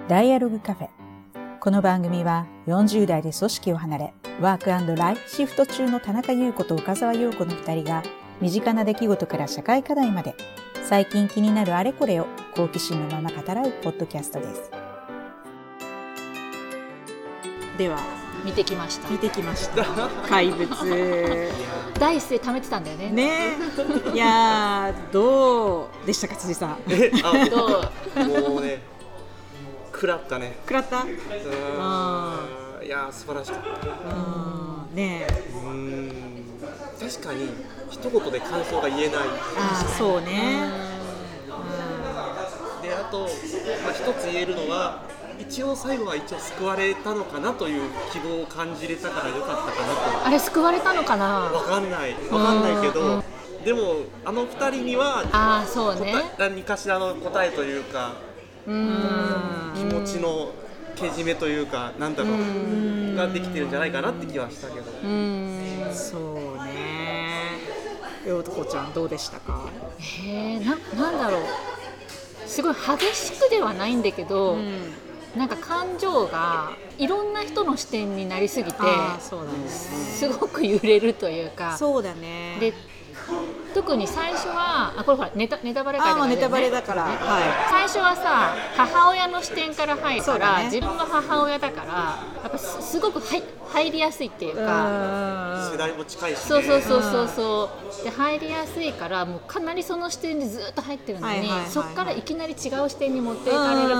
ダイアログカフェ。この番組は40代で組織を離れ、ワーク&ライフシフト中の田中優子と岡澤陽子の2人が、身近な出来事から社会課題まで、最近気になるあれこれを好奇心のまま語らうポッドキャストです。では、 見てきました。 怪物。 第一声貯めてたんだよね。 ねえ。いやー、どうでしたか、辻さん。 どう？ もうね、食らったね。 食らった？ いやー、素晴らしかった。 ねえ。 確かに一言で感想が言えない。 そうね。 で、あと、一つ言えるのは、一応最後は救われたのかなという希望を感じれたから良かったかなと。 あれ救われたのかな？ わかんないけど、でもあの二人にはそうね、 何かしらの答えというか、気持ちのけじめというか、なんだろうができてるんじゃないかなって気はしたけど。 そうね。よとこちゃんどうでしたか？ なんだろう、すごい激しくではないんだけど、なんか感情がいろんな人の視点になりすぎて、 そうだね、 すごく揺れるというか。 そうだね。 で、特に最初はこれほらネタバレ会だからね。 ネタバレだから、 最初はさ、母親の視点から入るから、自分が母親だからやっぱすごく入りやすいっていうか、 世代も近いしね。 そうで入りやすいから、もうかなりその視点でずっと入ってるのに、そっからいきなり違う視点に持っていかれるから、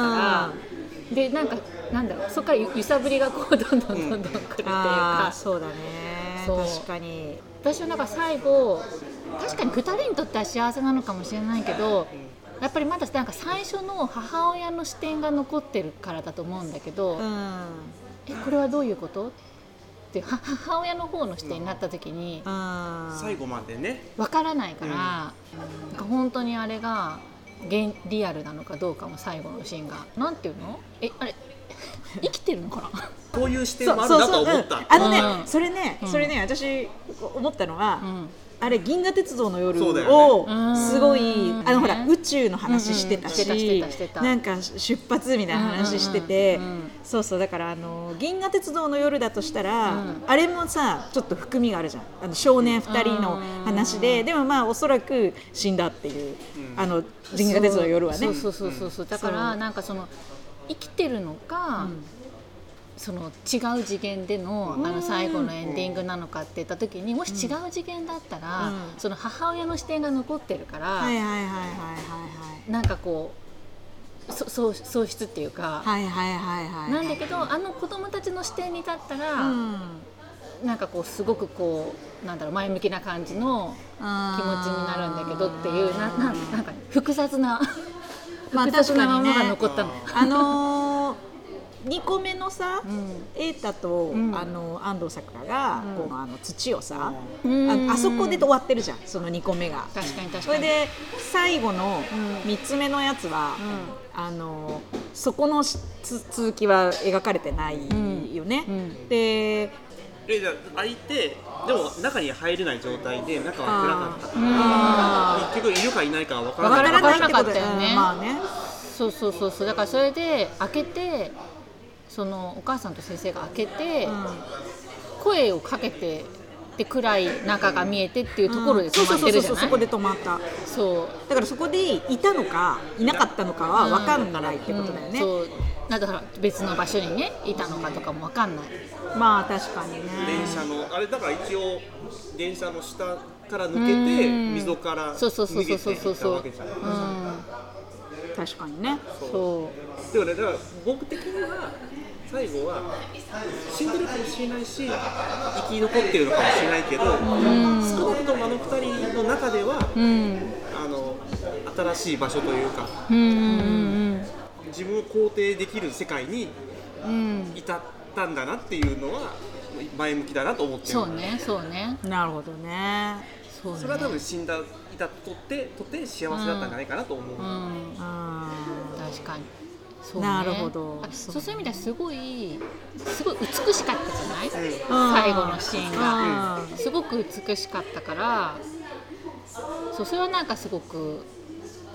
でなんだろう、そっから揺さぶりがこうどんどん来るっていうか。 そうだね。確かに。 私はなんか最後、確かに2人にとっては幸せなのかもしれないけど、やっぱりまだなんか最初の母親の視点が残ってるからだと思うんだけど、これはどういうことって母親の方の視点になった時に、 最後までね分からないから、なんか本当にあれがリアルなのかどうかも、最後のシーンがなんていうの、あれ生きてるのかな。 こういう視点もあるなと思った。 それね、私思ったのは、あれ銀河鉄道の夜そうだをよね、 すごいほら宇宙の話してたし、なんか出発みたいな話してて、そうだから銀河鉄道の夜だとしたら、あれもさちょっと含みがあるじゃん。少年2人の話で、でもまあおそらく死んだっていう、銀河鉄道の夜はね。 そうだからなんかその生きてるのか、その違う次元での最後のエンディングなのかって言った時に、もし違う次元だったら、その母親の視点が残ってるから、なんかこう喪失っていうか、なんだけど子供たちの視点に立ったら、なんかこうすごくこうなんだろう、前向きな感じの気持ちになるんだけどっていう、なんか複雑なものが残ったの。 2個目のさ、瑛太と、安藤サクラが、こう土をさ、あそこで終わってるじゃん、その2個目が。 確かに。 それで最後の3つ目のやつは、そこの続きは描かれてないよね。でじゃあ開いて、でも中に入れない状態で中は暗かったから、結局いるかいないかは分からなかったよね。そうだからそれで開けて、そのお母さんと先生が開けて、声をかけて、で暗い中が見えてっていうところで止まってるじゃない。 そこで止まった。だからそこでいたのかいなかったのかは分かんないってことだよね。 だから別の場所にねいたのかとかも分かんない。 まあ確かにね。 電車のあれだから、一応電車の下から抜けて、溝から逃げていったわけじゃない。 確かにね。 でもね、だから僕的には最後は死んでるかもしれないし、生き残ってるのかもしれないけど、少なくとも2人の中では、新しい場所というか、自分を肯定できる世界に至ったんだなっていうのは前向きだなと思ってる。 そうね。なるほどね。 それは多分死んだいたとって幸せだったんじゃないかなと思う。 確かに。 なるほど。 そういう意味ではすごい美しかったじゃない、最後のシーンが、すごく美しかったから、それはなんかすごく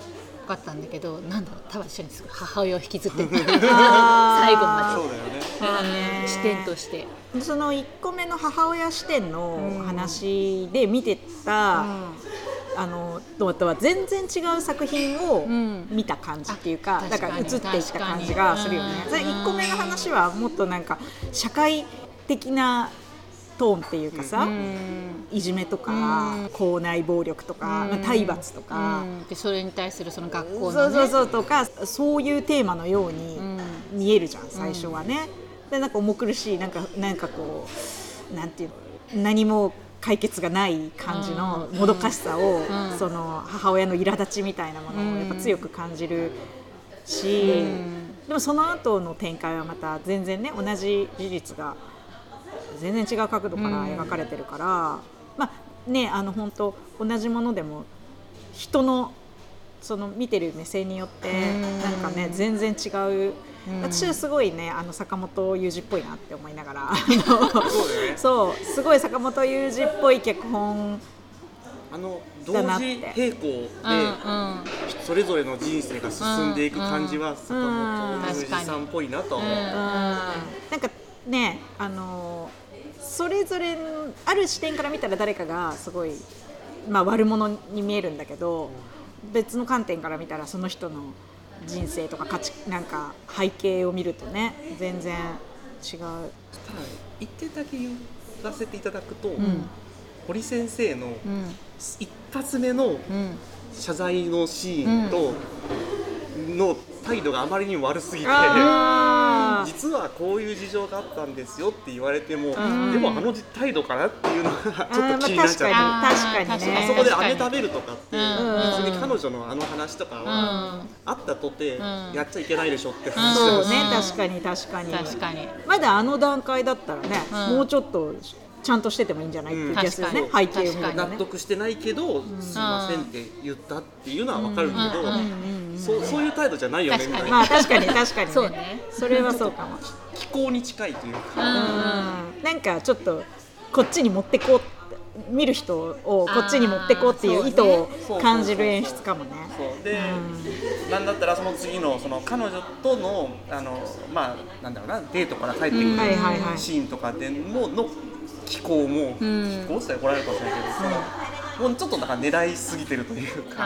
かったんだけど、なんだろう、多分一緒に母親を引きずって最後まで。 そうだよね。 視点としてその1個目の母親視点の話で見てた、とは全然違う作品を見た感じっていうか、だから映っていった感じがするよね。1個目の話はもっとなんか社会的なトーンっていうかさ、いじめとか校内暴力とか体罰とか、 でそれに対するその学校のね、 そうとか、そういうテーマのように見えるじゃん最初はね。でなんか重苦しいなんかこうなんていうの、何も解決がない感じのもどかしさを、その母親の苛立ちみたいなものをやっぱ強く感じるし、でもその後の展開はまた全然ね、同じ事実が全然違う角度から描かれてるから、まあね、本当同じものでも人のその見てる目線によってなんかね全然違う。私はすごいね坂本雄二っぽいなって思いながらそうすごい坂本雄二っぽい脚本同時並行でそれぞれの人生が進んでいく感じは坂本雄二さんっぽいなと思う。 なんかねそれぞれある視点から見たら誰かがすごい、悪者に見えるんだけど、別の観点から見たらその人の人生とかなんか背景を見るとね全然違う。 一点だけ言わせていただくと、堀先生の一発目の謝罪のシーンとの態度があまりにも悪すぎて、実はこういう事情があったんですよって言われても、でも態度かなっていうのがちょっと気になっちゃって、 確かにね、 あそこで飴食べるとかって別に彼女の話とかはあったとてやっちゃいけないでしょって話そうね、確かにまだ段階だったらね、もうちょっとちゃんとしててもいいんじゃないっていう気がするね、背景を見るとね。 納得してないけど、すいませんって言ったっていうのは分かるけど、そういう態度じゃないよねみたいな。 確かにそうね、 それはそうかも。気候に近いというか、 なんかちょっとこっちに持ってこう、見る人をこっちに持ってこうっていう意図を感じる演出かもね。 で、なんだったらその次のその彼女とのなんだろうな、デートから帰ってくるシーンとかでの気候も、気候って怒られるかもしれないけど、もうちょっとなんか狙いすぎてるというか、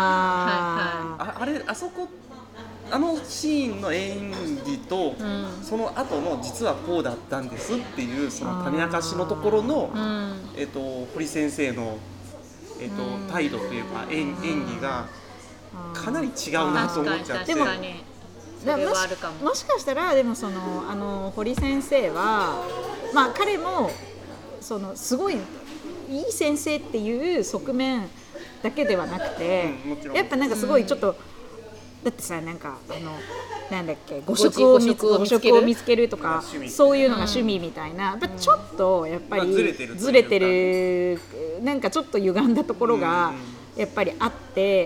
あそこシーンの演技と、その後の実はこうだったんですっていうその種明かしのところの、堀先生の、態度というか演技がかなり違うなと思っちゃって。 もしかしたらでもその堀先生は、彼もそのすごいいい先生っていう側面だけではなくて、やっぱなんかすごいちょっと、だってさ、なんかなんだっけ、誤食を見つけるとか、そういうのが趣味みたいな、ちょっとやっぱりずれてる、なんかちょっと歪んだところがやっぱりあって、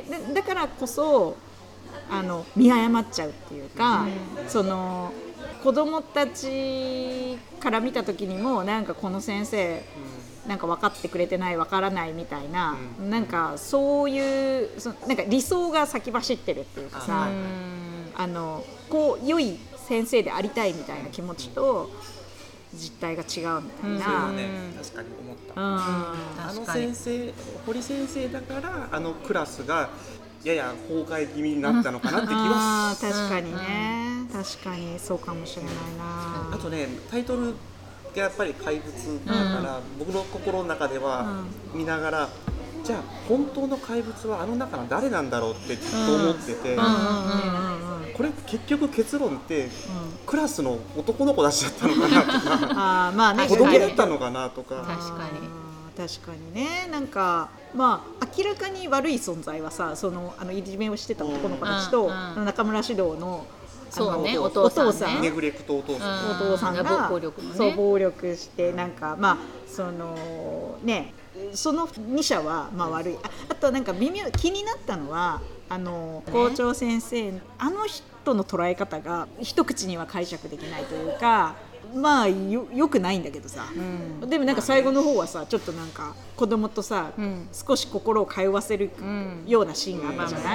だからこそ見誤っちゃうっていうか、その子供たちから見た時にもなんかこの先生なんか分かってくれてない、分からないみたいな、なんかそういうなんか理想が先走ってるっていうかさ、こう良い先生でありたいみたいな気持ちと実態が違うみたいな。 確かに思った。先生、堀先生だからクラスがやや崩壊気味になったのかなって気は確かにね、確かにそうかもしれないな。 あとね、タイトルがやっぱり怪物だから、僕の心の中では見ながら、じゃあ本当の怪物は中の誰なんだろうってずっと思ってて、これ結局結論って、クラスの男の子たちだったのかなとか、子供だったのかなとか。 確かにね、なんか明らかに悪い存在はさ、いじめをしてた男の子たちと、中村獅童のお父さん、 ネグレクトお父さんが暴力して、なんかその2者は悪い。あとなんか微妙気になったのは校長先生、人の捉え方が一口には解釈できないというか、よくないんだけどさ、でもなんか最後の方はさ、ちょっとなんか子供とさ、少し心を通わせるようなシーンがあったじゃない。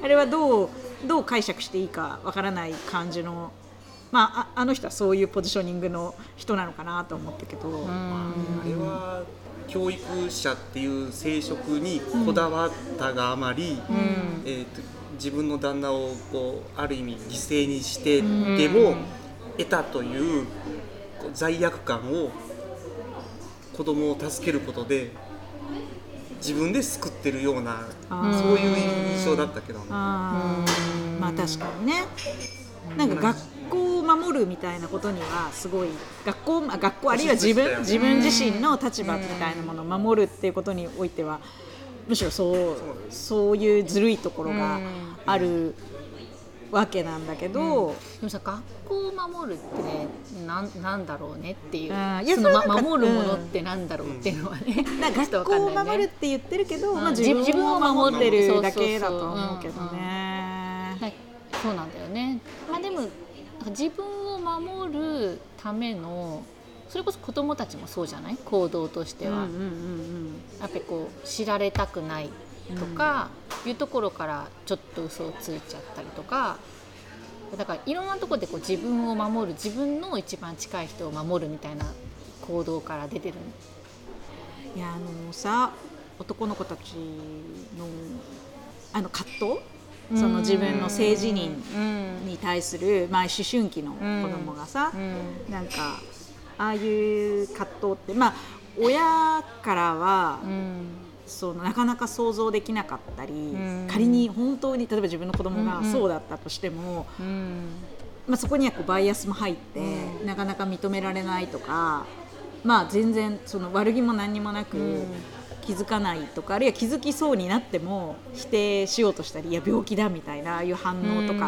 あれはどう解釈していいかわからない感じの、あの人はそういうポジショニングの人なのかなと思ったけど、 あれは教育者っていう生殖にこだわったがあまり、自分の旦那をこうある意味犠牲にしてでも得たという罪悪感を子供を助けることで自分で救ってるような、そういう印象だったけどね。 確かにね。なんか学校を守るみたいなことにはすごい学校あるいは自分自身の立場みたいなものを守るっていうことにおいてはむしろそういうずるいところがあるわけなんだけど、 でもさ、学校を守るってね、なんだろうねっていう、 その守るものってなんだろうっていうのはね、 学校を守るって言ってるけど、自分を守ってるだけだと思うけどね。 そうなんだよね。でも自分を守るための、それこそ子どもたちもそうじゃない、行動としては、やっぱりこう知られたくないとかいうところからちょっと嘘をついちゃったりとか、だからいろんなところでこう自分を守る、自分の一番近い人を守るみたいな行動から出てる。 いや男の子たちの葛藤、その自分の性自認に対する、思春期の子供がさ、なんかああいう葛藤って、親からは、なかなか想像できなかったり、仮に本当に例えば自分の子供がそうだったとしても、そこにはこうバイアスも入って、なかなか認められないとか、全然その悪気も何にもなく、気づかないとか、あるいは気づきそうになっても否定しようとしたり、いや病気だみたいな、ああいう反応とかって、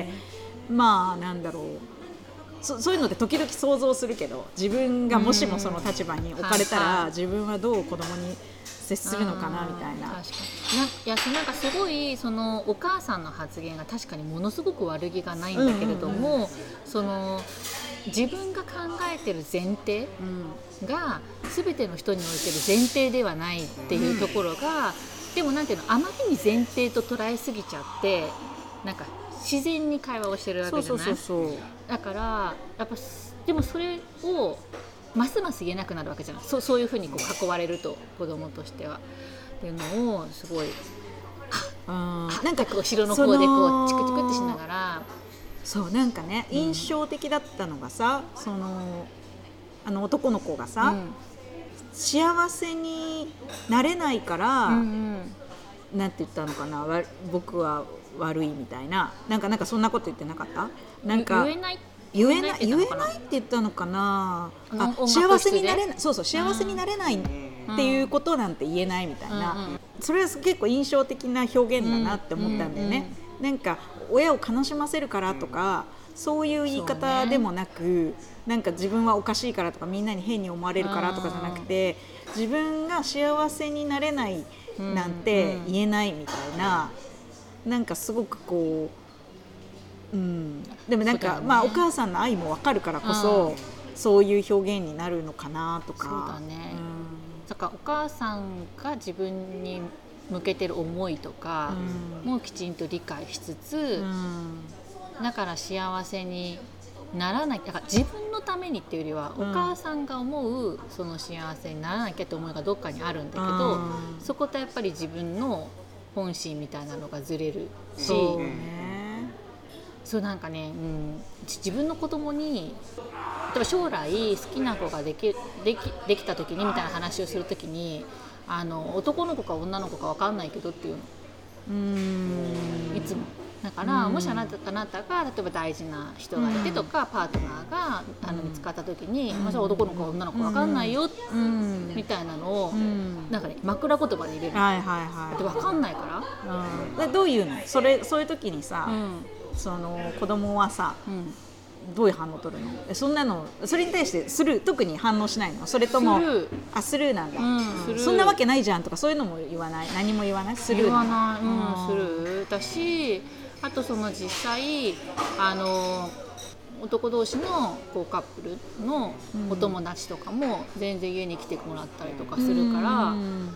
なんだろう、そういうのって時々想像するけど、自分がもしもその立場に置かれたら、自分はどう子供に接するのかなみたいな。 確かに。なんかすごいそのお母さんの発言が確かにものすごく悪気がないんだけれども、その自分が考えてる前提が全ての人においてる前提ではないっていうところが、でもなんていうの、あまりに前提と捉えすぎちゃって、なんか自然に会話をしてるわけじゃない。だからやっぱでもそれをますます言えなくなるわけじゃない。そういうふうにこう囲われると、子供としてはっていうのをすごいなんか後ろの方でこうチクチクってしながら、 なんかね、印象的だったのがさ、あの男の子がさ、幸せになれないから、なんて言ったのかな、僕は悪いみたいな、なんかそんなこと言ってなかった？なんか言えないって言ったのかな。幸せになれない、幸せになれないっていうことなんて言えないみたいな、それは結構印象的な表現だなって思ったんだよね。なんか親を悲しませるからとか、そういう言い方でもなく、なんか自分はおかしいからとか、みんなに変に思われるからとかじゃなくて、自分が幸せになれないなんて言えないみたいな、なんかすごくこう、でもなんか、お母さんの愛も分かるからこそ、そういう表現になるのかなとか。 そうだね。だからお母さんが自分に向けてる思いとかもきちんと理解しつつ、だから幸せにならない、だから自分のためにっていうよりは、お母さんが思うその幸せにならなきゃって思いがどっかにあるんだけど、そことやっぱり自分の本心みたいなのがずれるし、なんかね、自分の子供に例えば将来好きな子ができた時にみたいな話をする時に、男の子か女の子か分かんないけどっていうの、いつもだから、もしあなたが例えば大事な人がいてとか、パートナーが見つかった時に、もし男の子か女の子か分かんないよ、みたいなのを、なんかね、枕言葉で入れる、で分かんないから、 どういうの、そういう時にさ、その子供はさ、どういう反応を取るの？そんなの、それに対して特に反応しないの？それともスルーなんだ、そんなわけないじゃんとか、そういうのも言わない？何も言わない？スルー？ 言わない、スルーだし、あとその実際男同士のこうカップルのお友達とかも全然家に来てもらったりとかするから、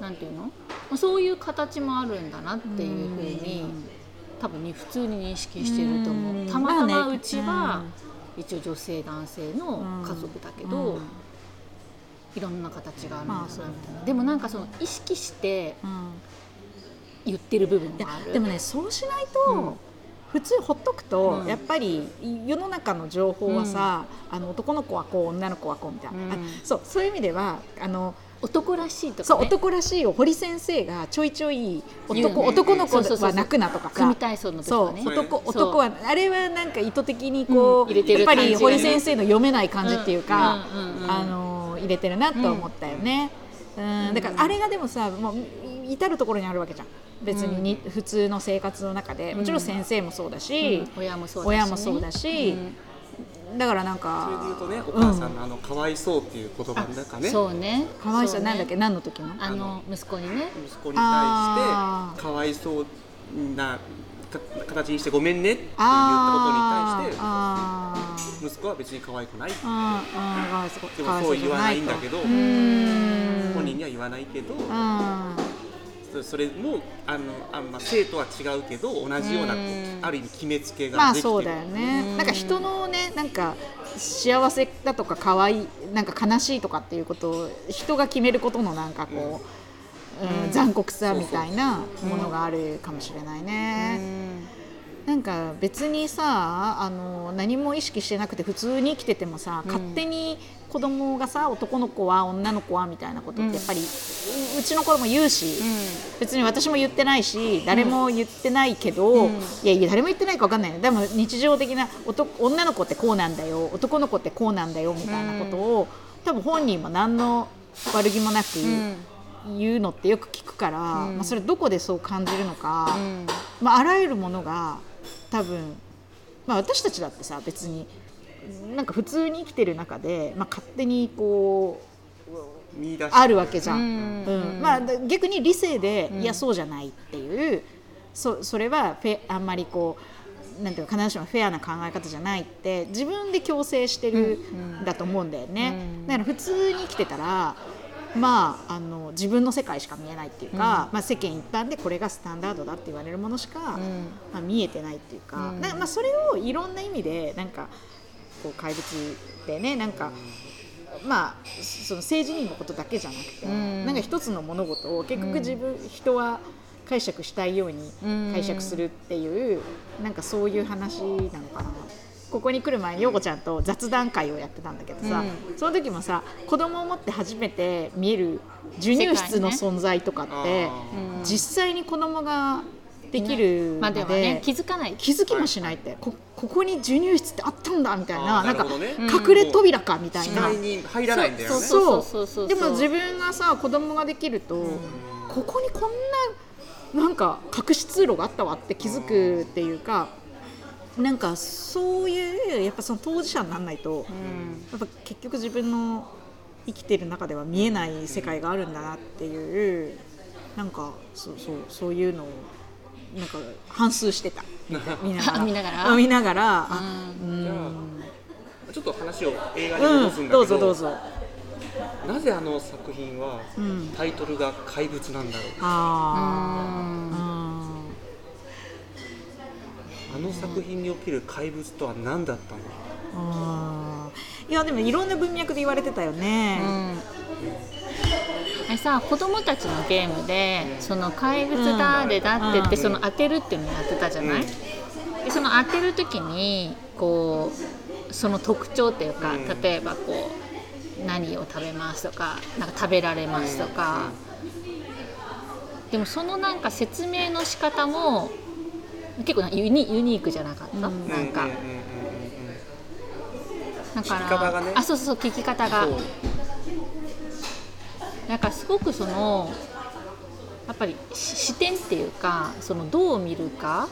なんていうの、そういう形もあるんだなっていうふうに多分に普通に認識してると思う。たまたまうちは一応女性男性の家族だけど、いろんな形があるんだなみたいな。でもなんかその意識して言ってる部分もある。 でもね、そうしないと、普通ほっとくと、やっぱり世の中の情報はさ、男の子はこう女の子はこうみたいな、そういう意味では男らしいとか、ね、 そう男らしいを堀先生がちょいちょい男の子は泣くなとかさ、 組体操の時とかね、 男はあれはなんか意図的にこう、やっぱり堀先生の読めない感じっていうか、入れてるなと思ったよね。だからあれがでもさ、もう至る所にあるわけじゃん。別に普通の生活の中で、もちろん先生もそうだし、親もそうだし、だからなんかそれで言うとね、お母さんのかわいそうっていう言葉の中ね、 そうね、 かわいそうなんだっけ、何の時の息子に対してかわいそうな形にしてごめんねって言ったことに対して息子は別に可愛くないってでもそう言わないんだけど、本人には言わないけど、それも生とは違うけど同じようなある意味決めつけができてる。 そうだよね。なんか人のね、なんか幸せだとか可愛い、なんか悲しいとかっていうことを人が決めることのなんかこう、残酷さみたいなものがあるかもしれないね。なんか別にさ、何も意識してなくて普通に生きててもさ、勝手に子供がさ、男の子は女の子はみたいなことってやっぱり、うちの子も言うし、別に私も言ってないし、誰も言ってないけど、いや誰も言ってないか分かんないね。でも日常的な女の子ってこうなんだよ、男の子ってこうなんだよみたいなことを、多分本人も何の悪気もなく言うのってよく聞くから、それどこでそう感じるのか、あらゆるものが多分、私たちだってさ、別になんか普通に生きてる中で、勝手にこうあるわけじゃん。逆に理性で、いやそうじゃないっていう、それはあんまりこうなんていうか、必ずしもフェアな考え方じゃないって自分で強制してるんだと思うんだよね。だから普通に生きてたら、自分の世界しか見えないっていうか、世間一般でこれがスタンダードだって言われるものしか、見えてないっていうか、それをいろんな意味でなんかこう怪物ってね、なんかその政治人のことだけじゃなくて、なんか一つの物事を結局人は解釈したいように解釈するっていう、なんかそういう話なのかな。ここに来る前に陽子ちゃんと雑談会をやってたんだけどさ、その時もさ、子供を持って初めて見える授乳室の存在とかって、実際に子供ができるまで気づかない、 気づきもしないって、ここに授乳室ってあったんだみたいな、なんか隠れ扉かみたいな、 視界に入らないんだよね。 そうでも自分がさ、子供ができると、ここにこんななんか隠し通路があったわって気づくっていうか、なんかそういうやっぱその当事者にならないと、やっぱ結局自分の生きてる中では見えない世界があるんだなっていう、なんかそういうのをなんか反芻してた見ながらじゃあちょっと話を映画に戻すんだけど、 どうぞ。 なぜあの作品はタイトルが怪物なんだろう。あの作品における怪物とは何だったの？ いやでもいろんな文脈で言われてたよね。 さ、子供たちのゲームでその怪物誰だって言って、その当てるっていうのをやってたじゃない。でその当てる時にこうその特徴っていうか、例えばこう何を食べますとか、なんか食べられますとか、でもそのなんか説明の仕方も結構ユニークじゃなかった？なんかだから、 聞き方がね、 そう聞き方がなんかすごくそのやっぱり視点っていうか、そのどう見るか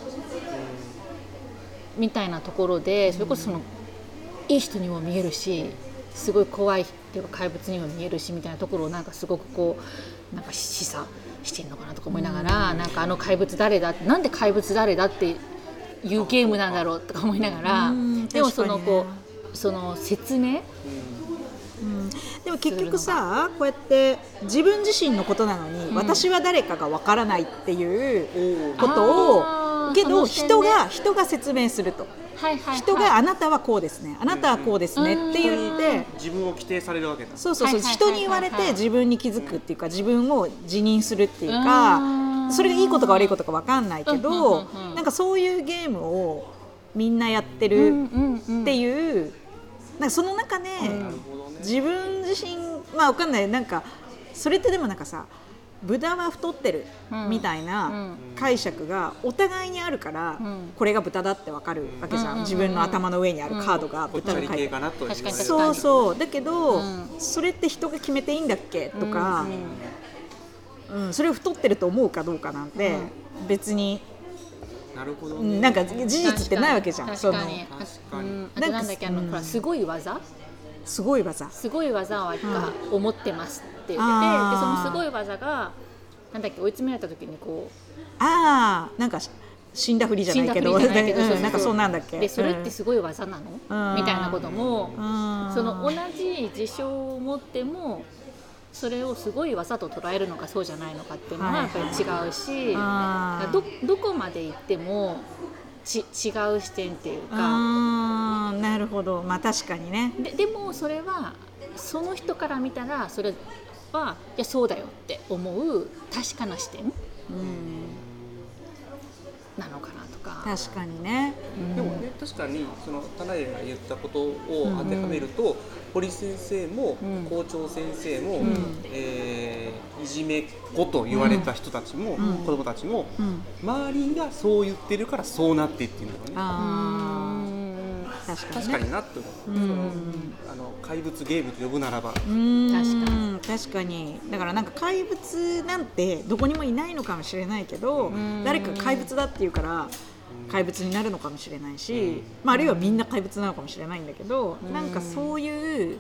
みたいなところで、それこそそのいい人にも見えるし、すごい怖いっていうか怪物にも見えるしみたいなところをなんかすごくこうなんか示唆してるのかなとか思いながら、なんかあの怪物誰だって、なんで怪物誰だっていうゲームなんだろうとか思いながら、でもそのこうその説明、 でも結局さこうやって自分自身のことなのに、私は誰かがわからないっていうことをけど人が説明すると。人があなたはこうですね、あなたはこうですねって言って自分を規定されるわけだ。 そう人に言われて自分に気づくっていうか、自分を自認するっていうか、それがいいことか悪いことか分かんないけど、なんかそういうゲームをみんなやってるっていう、なんかその中で自分自身分かんない、なんかそれってでもなんかさ、豚は太ってるみたいな解釈がお互いにあるから、これが豚だって分かるわけじゃん。自分の頭の上にあるカードが豚が書いてある。そうだけど、それって人が決めていいんだっけとか、それを太ってると思うかどうかなんて別になんか事実ってないわけじゃん。 確かに。あとなんだっけ、ほらすごい技が思ってますって言ってて、でそのすごい技がなんだっけ、追い詰められた時にこうなんか死んだふりじゃないけどなんかそうなんだっけ、 でそれってすごい技なの、みたいなことも、その同じ事象を持ってもそれをすごい技と捉えるのかそうじゃないのかっていうのはやっぱり違うし、どこまで行っても違う視点っていうか。 なるほど、確かにね。 でもそれはその人から見たらそれはいやそうだよって思う確かな視点なのかなとか。 確かにね。 でもね、確かにその田辺が言ったことを当てはめると、堀先生も校長先生も、いじめ子と言われた人たちも、子どもたちも、周りがそう言ってるからそうなっていってるのね。確かになって思う。怪物ゲームと呼ぶならば。 確かに。だからなんか怪物なんてどこにもいないのかもしれないけど、誰かが怪物だっていうから怪物になるのかもしれないし、あるいはみんな怪物なのかもしれないんだけど、なんかそういう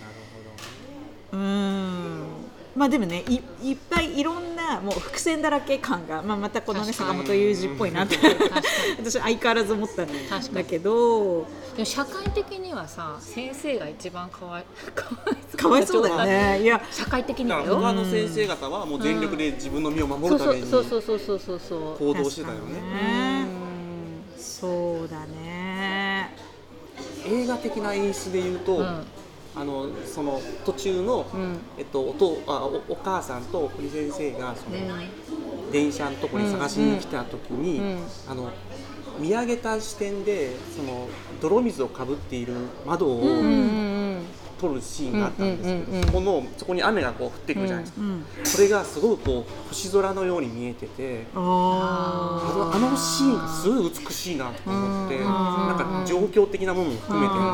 でもね、いっぱいいろんなもう伏線だらけ感が、またこのね坂本雄二っぽいなって私相変わらず思ったんだけど、 でも社会的にはさ、先生が一番かわいそうだよね。いや社会的にはよ。 他の先生方はもう全力で自分の身を守るために行動してたよね。 そうだね。 映画的な演出で言うと、その途中の、お母さんと堀先生がその、電車のとこに探しに来た時に、見上げた視点でその泥水をかぶっている窓を撮るシーンがあったんですけど、そこに雨がこう降ってくるじゃないですか。それがすごくこう星空のように見えてて、あのシーンがすごい美しいなと思って、なんか状況的なものも含めて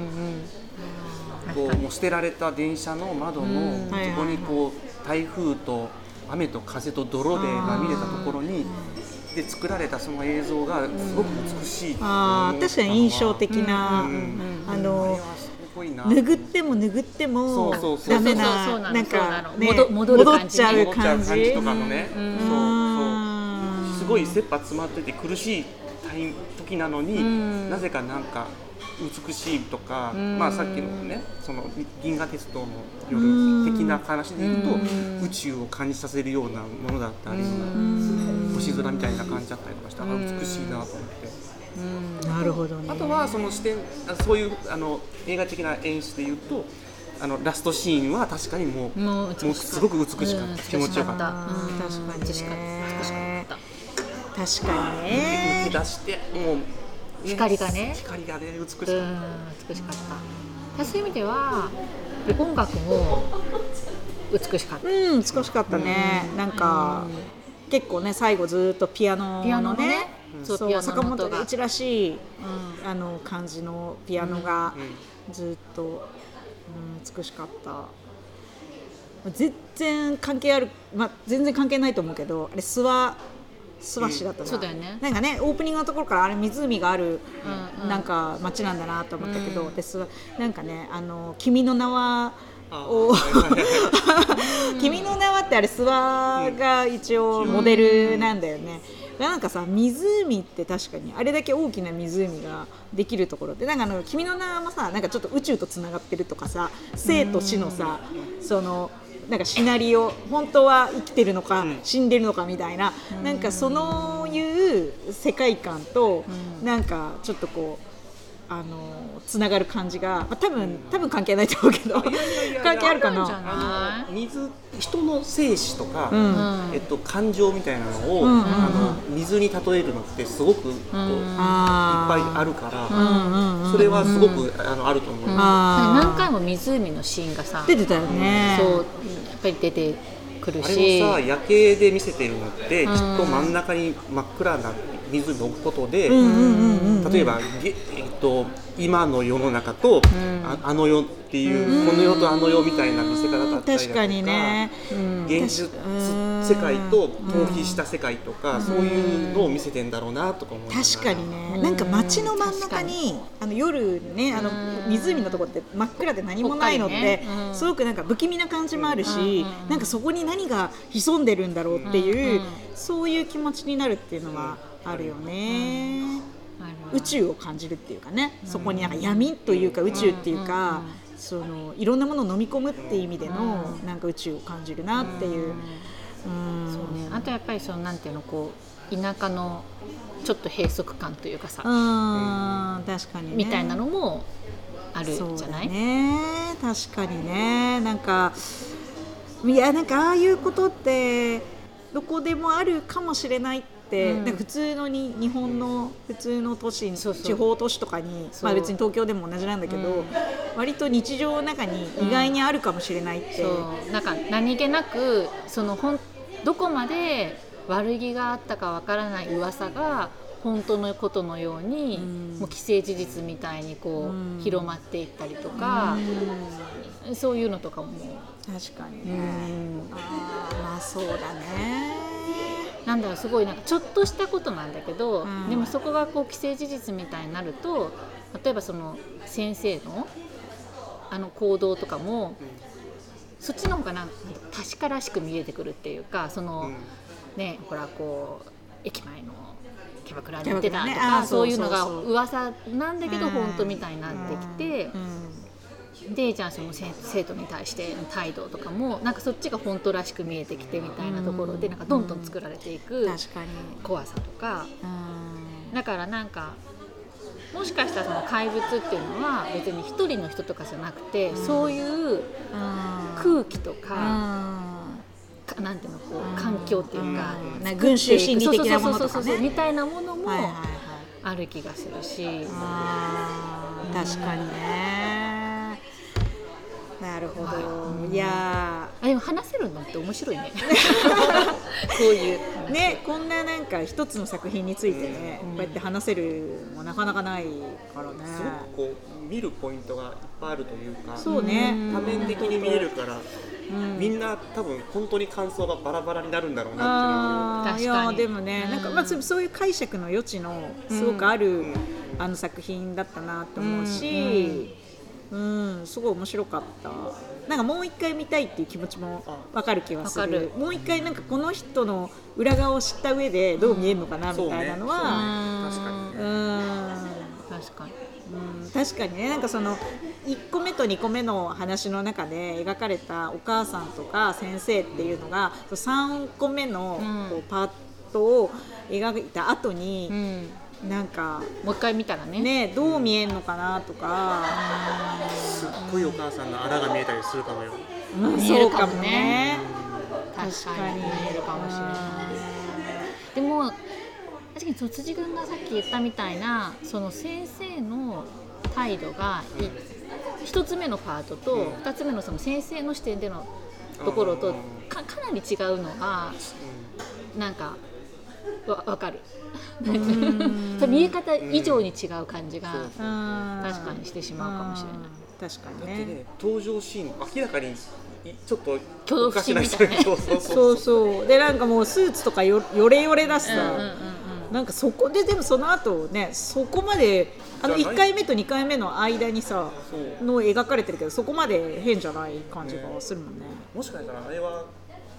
こうもう捨てられた電車の窓のそこにこう台風と雨と風と泥でまみれたところにで作られたその映像がすごく美しい。確かに印象的な、拭っても拭ってもダメな、なんか戻っちゃう感じとかのね、すごい切羽詰まってて苦しい時なのに、なぜかなんか美しいとか、さっきのね、その銀河鉄道の夜的な話で言うと、宇宙を感じさせるようなものだったり、星空みたいな感じだったりとかしたら美しいなと思って。 なるほどね。 あとはその視点、そういう映画的な演出で言うと、ラストシーンは確かにもうすごく美しかった、気持ちよかった。 確かにね。確かにね。 抜け出してもう。 光がね美しかった。 そういう意味では音楽も美しかった。 美しかったね。なんか結構ね、最後ずっとピアノのね、坂本龍一らしい感じのピアノがずっと美しかった。全然関係ある、全然関係ないと思うけど、あれ諏訪市だったな。 そうだよね。 なんかね、オープニングのところからあれ湖があるなんか町なんだなと思ったけど、なんかね、君の名はを君の名はってあれ諏訪が一応モデルなんだよね。 なんかさ湖って確かにあれだけ大きな湖ができるところでなんか君の名もさなんかちょっと宇宙とつながってるとかさ生と死のさそのなんかシナリオ本当は生きてるのか死んでるのかみたいななんかそういう世界観となんかちょっとこうつながる感じが、まあ、多分関係ないと思うけど関係あるかな。 人の生死とか、感情みたいなのを、水に例えるのってすごくこういっぱいあるから、それはすごくあると思います。 何回も湖のシーンがさ出てたよね。 そうやっぱり出てくるし、 あれもさ夜景で見せてるのってきっと真ん中に真っ暗な湖を置くことで、例えば、今の世の中と、あの世っていう、この世とあの世みたいな見せ方だったりだとか、 確かにね、 現実世界と逃避した世界とか、そういうのを見せてんだろうなとか思いながら。 確かにね、なんか街の真ん中に夜ね湖のとこって真っ暗で何もないのって、すごくなんか不気味な感じもあるし、なんかそこに何が潜んでるんだろうっていう、そういう気持ちになるっていうのはあるよね。宇宙を感じるっていうかね、そこになんか闇というか宇宙っていうか、そのいろんなものを飲み込むっていう意味でのなんか宇宙を感じるなっていう。 そうね、あとやっぱりそのなんていうのこう田舎のちょっと閉塞感というかさ、 確かにね、 みたいなのもあるじゃない？ そうね、確かにね、なんかいやなんかああいうことってどこでもあるかもしれないって、なんか普通の日本の普通の都市、地方都市とかに、まあ、別に東京でも同じなんだけど、割と日常の中に意外にあるかもしれないって、 そうなんか何気なくそのどこまで悪気があったかわからない噂が本当のことのように、もう既成事実みたいにこう、広まっていったりとか、そういうのとかも確かにね、まあそうだね、 なんだろう、すごいなんかちょっとしたことなんだけど、でもそこがこう既成事実みたいになると、例えばその先生の行動とかも、そっちの方がなんか確からしく見えてくるっていうか、その、ね、ほらこう駅前のキャバクラに行ってたとか、そういうのが噂なんだけど本当みたいになってきて、でじゃあその生徒に対しての態度とかもなんかそっちが本当らしく見えてきてみたいなところで、なんかどんどん作られていく怖さとか、だからなんかもしかしたらその怪物っていうのは別に一人の人とかじゃなくて、そういう空気とか、なんていうのこう環境っていうか、 群衆心理的なものとかねみたいなものもある気がするし、 確かにね。なるほど、いやでも話せるのって面白いねこういうね、こんななんか一つの作品についてね、こうやって話せるもなかなかないからね。 すごくこう見るポイントがいっぱいあるというか、 そうね、 多面的に見えるから、みんな多分本当に感想がバラバラになるんだろうなっていうのは。 いやでもね、なんかまあそういう解釈の余地のすごくある、作品だったなと思うし、すごい面白かった。なんかもう一回見たいっていう気持ちも分かる気がする。もう一回なんかこの人の裏側を知った上でどう見えるのかなみたいなのは、確かにね、なんかその1個目と2個目の話の中で描かれたお母さんとか先生っていうのが3個目のこうパートを描いた後に、なんかもう一回見たらねどう見えるのかなとか、 すっごいお母さんのあらが見えたりするかもよ。 そうかもね、 確かに見えるかもしれない。でも確かに卒業君がさっき言ったみたいな、その先生の態度が一つ目のパートと二つ目のその先生の視点でのところとかなり違うのがなんか分かる見え方以上に違う感じが確かにしてしまうかもしれない。 確かにね、 登場シーン明らかにちょっと挙動不審みたいなねそうで、なんかもうスーツとかよれよれだしさ、なんかそこででもその後ね、そこまで1回目と2回目の間にさの描かれてるけど、そこまで変じゃない感じがするもんね。 もしかしたらあれは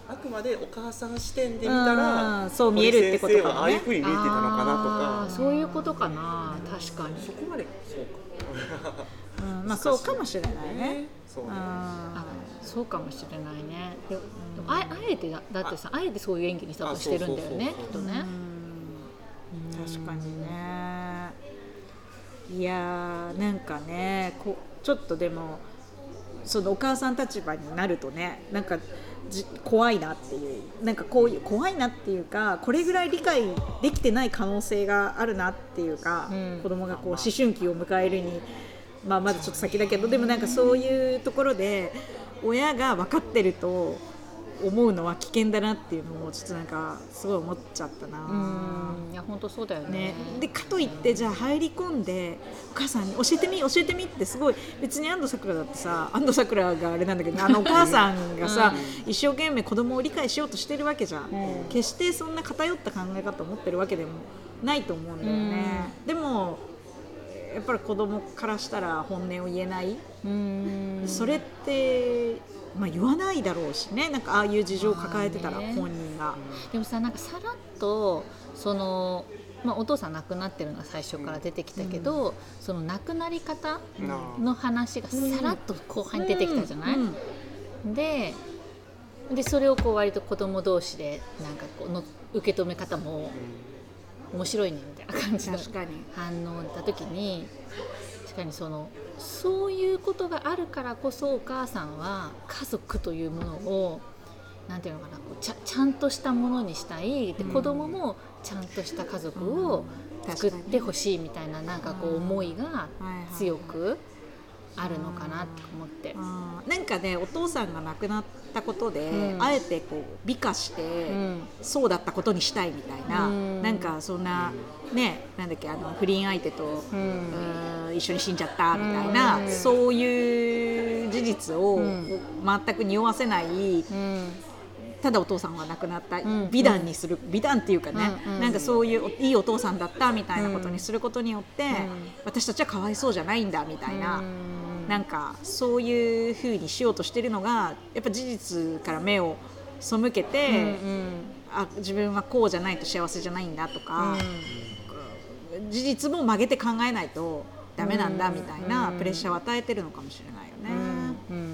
あくまでお母さん視点で見たらそう見えるってことかもね。 堀先生はああいう風に見えてたのかなとか、 そういうことかな。確かにそこまでそうかまあそうかもしれないね。 そうね。 そうかもしれないね。でもあえてだってさ、あえてそういう演技にしたとしてるんだよね、きっとね。 確かにね。いやなんかね、ちょっとでもそのお母さん立場になるとね、なんか怖いなっていう、なんかこういう怖いなっていうか、これぐらい理解できてない可能性があるなっていうか、子供がこう思春期を迎えるに、まだちょっと先だけど、でもなんかそういうところで親が分かってると思うのは危険だなっていうのをちょっとなんかすごい思っちゃったな。 いや本当そうだよ ね。 でかといってじゃあ入り込んでお母さんに教えてみってすごい、別に安藤サクラだってさ、安藤サクラがあれなんだけど、お母さんがさ、一生懸命子供を理解しようとしてるわけじゃん、決してそんな偏った考え方を持ってるわけでもないと思うんだよね、でもやっぱり子供からしたら本音を言えない、それって言わないだろうしね、なんかああいう事情を抱えてたら本人が、 でもさ、なんかさらっとその、お父さん亡くなってるのは最初から出てきたけど、その亡くなり方の話がさらっと後半に出てきたじゃない、でそれをこう割と子供同士でなんかこの受け止め方も面白いねみたいな感じの反応だった時に、確かにそういうことがあるからこそお母さんは家族というものをなんていうのかな、ちゃんとしたものにしたい、で子供もちゃんとした家族を作ってほしいみたいな、なんかこう思いが強くあるのかなって思って、 なんかね、お父さんが亡くなったことで、あえてこう美化して、そうだったことにしたいみたいな、なんかそんなね、なんだっけ、不倫相手と、一緒に死んじゃったみたいな、そういう事実を全く匂わせない、ただお父さんが亡くなった美談にする、美談っていうかね、なんかそういういいお父さんだったみたいなことにすることによって、私たちはかわいそうじゃないんだみたいな、なんかそういう風にしようとしてるのがやっぱ事実から目を背けて、自分はこうじゃないと幸せじゃないんだとか、事実も曲げて考えないとダメなんだみたいなプレッシャーを与えてるのかもしれないよね。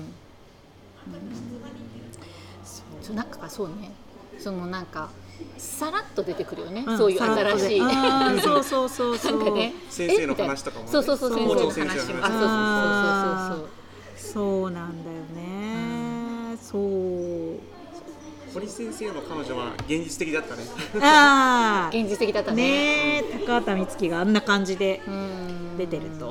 なんかそうね、なんかさらっと出てくるよね、そういう新しいそうなんかね、先生の話とかもね、 そう先生の話も、そうなんだよね、 堀先生の彼女は現実的だったね。 現実的だったね。 高畑充希があんな感じで出てると、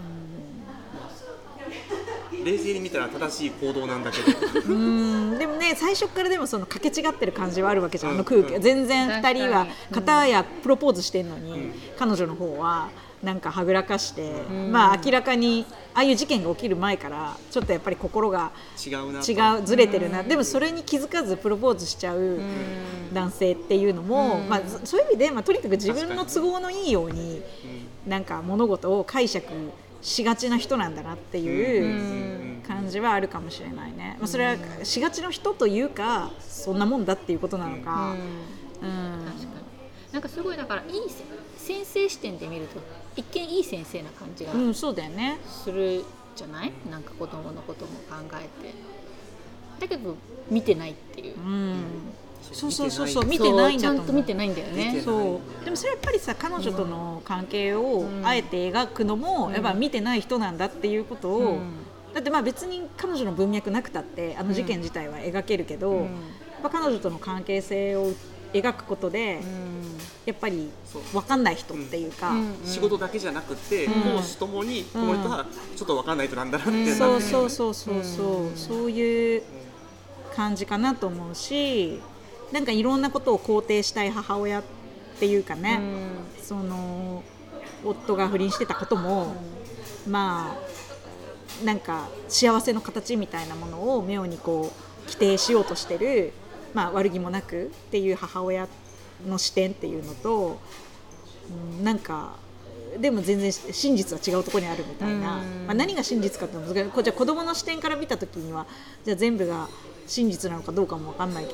冷静に見たら正しい行動なんだけどでもね、最初からでも掛け違ってる感じはあるわけじゃん、空気全然2人は片やプロポーズしてんのに、彼女の方はなんかはぐらかして、明らかにああいう事件が起きる前からちょっとやっぱり心がずれてるな、でもそれに気づかずプロポーズしちゃう男性っていうのも、そういう意味で、とにかく自分の都合のいいようになんか物事を解釈しがちな人なんだなっていう感じはあるかもしれないね。それはしがちの人というか、そんなもんだっていうことなのか。 確かになんかすごい、だからいい先生視点で見ると一見いい先生な感じがそうだよね、 するじゃない、なんか子供のことも考えて、だけど見てないっていう、 そう見てないんだと思う、 ちゃんと見てないんだよね。 そうでもそれはやっぱりさ、彼女との関係をあえて描くのもやっぱ見てない人なんだっていうことを、だって別に彼女の文脈なくたって事件自体は描けるけど、やっぱ彼女との関係性を描くことで、やっぱり分かんない人っていうか、 仕事だけじゃなくて講師ともにこの人はちょっと分かんない人なんだなってなって、 そういう感じかなと思うし、なんかいろんなことを肯定したい母親っていうかね、夫が不倫してたことも、なんか幸せの形みたいなものを妙にこう規定しようとしてる、悪気もなくっていう母親の視点っていうのと、なんかでも全然真実は違うところにあるみたいな、何が真実かっていうのは、じゃあ子供の視点から見た時にはじゃあ全部が真実なのかどうかも分かんないけど、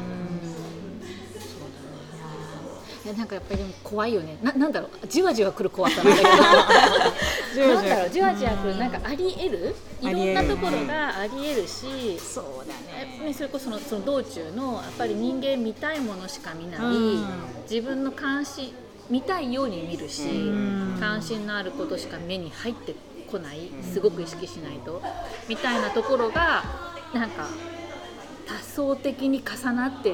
なんかやっぱりでも怖いよね。なんだろう、じわじわ来る怖さなんだけどなんだろう、じわじわ来る、なんかあり得る、いろんなところがあり得るし、 そうだね、 それこそその道中のやっぱり人間見たいものしか見ない、自分の関心見たいように見るし、関心のあることしか目に入ってこない、すごく意識しないとみたいなところがなんか多層的に重なっていって、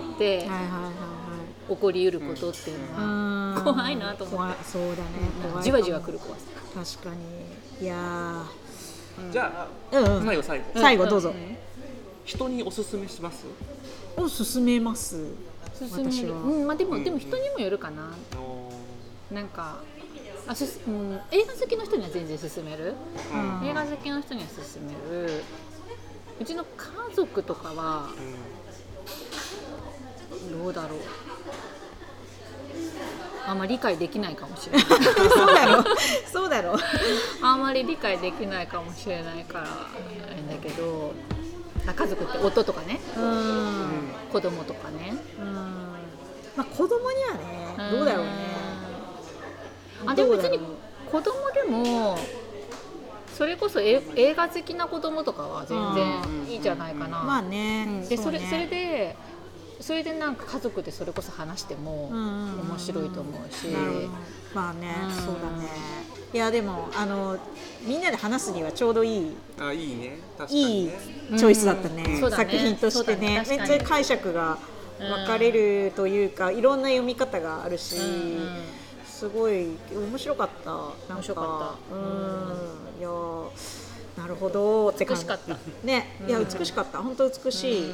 起こりうることっていうのは怖いなと思って。 そうだね、怖い、 じわじわ来る怖さ。 確かに。いやじゃあ、最後どうぞ。人におすすめします？ おすすめます。 私は、まあでも人にもよるかな。なんか映画好きの人には全然勧める。映画好きの人には勧める。うちの家族とかはどうだろう。あんまり理解できないかもしれないそうだろうあんまり理解できないかもしれないからなんだけど、家族って夫とかね、子供とかね、 まあ子供にはね、どうだろうね。 でも別に子供でもそれこそ映画好きな子供とかは全然いいんじゃないかな。 まあね、 でそれでなんか家族でそれこそ話しても面白いと思うし、 まあね、そうだね。いやでもみんなで話すにはちょうどいい、 いいね、確かいにいチョイスだったね、作品としてね。めっちゃ解釈が分かれるというか、いろんな読み方があるし、すごい面白かった。 面白かった。 いやなるほどって感じ。 美しかったね。いや美しかった。本当美しい。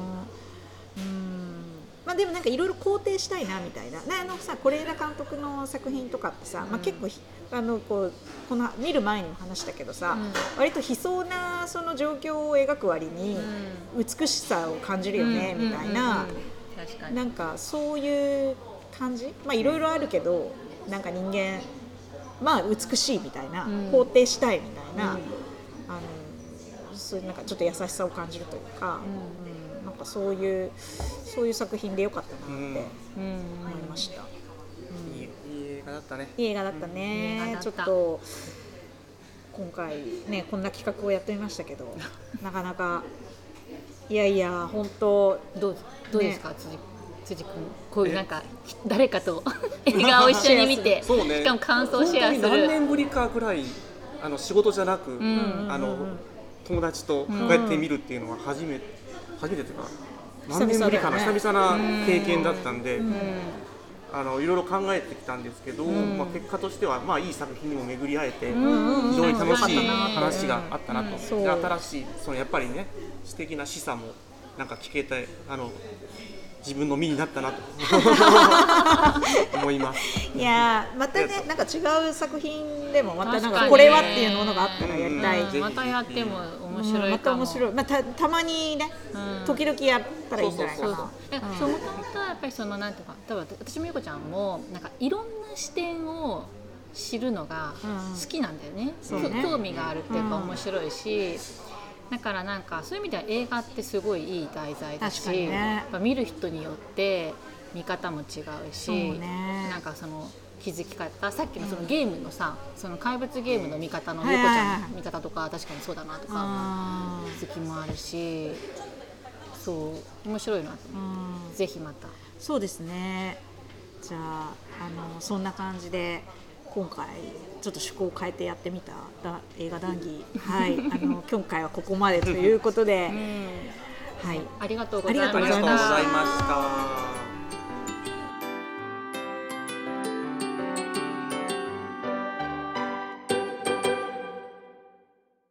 まあでもなんかいろいろ肯定したいなみたいな。さ是枝監督の作品とかってさ、まあ結構この見る前にも話したけどさ、割と悲壮なその状況を描く割に美しさを感じるよねみたいな。なんかそういう感じ。まあいろいろあるけど、なんか人間まあ美しいみたいな、肯定したいみたいな、そういうなんかちょっと優しさを感じるというか、なんかそういう作品でよかったなって思いました。 いい映画だったね。 いい映画だったね。ちょっと今回ねこんな企画をやってみましたけど、なかなかいや本当どうですか、辻君、こういうなんか誰かと映画を一緒に見て、しかも感想シェアする。 何年ぶりかぐらい仕事じゃなく、友達とこうやって見るっていうのは初めてというか何年ぶりかな、久々な経験だったんで、いろいろ考えてきたんですけど、まあ結果としてはまあいい作品にも巡り会えて、非常に楽しい話があったなと。新しいやっぱりね素敵な示唆もなんか聞けて自分の身になったなと思います。 いやまたねなんか違う作品でもまたなんかこれはっていうものがあったらやりたい。 またやっても面白いかも。 また面白い。まあたまにね時々やったらいいんじゃないかな。 もともとやっぱりなんていうか、多分私もゆこちゃんもなんかいろんな視点を知るのが好きなんだよね。興味があるっていうか面白いし。だからなんかそういう意味では映画ってすごいいい題材だし、やっぱ見る人によって見方も違うし、なんかその気づき方、さっきのそのゲームのさ、その怪物ゲームの見方のゆこちゃんの見方とか確かにそうだなとか気づきもあるし、そう面白いなと思って、ぜひまた。 そうですね。じゃあそんな感じで今回ちょっと趣向を変えてやってみた映画談義、はい、今回はここまでということで、はい、 ありがとうございました。 ありがとうございました。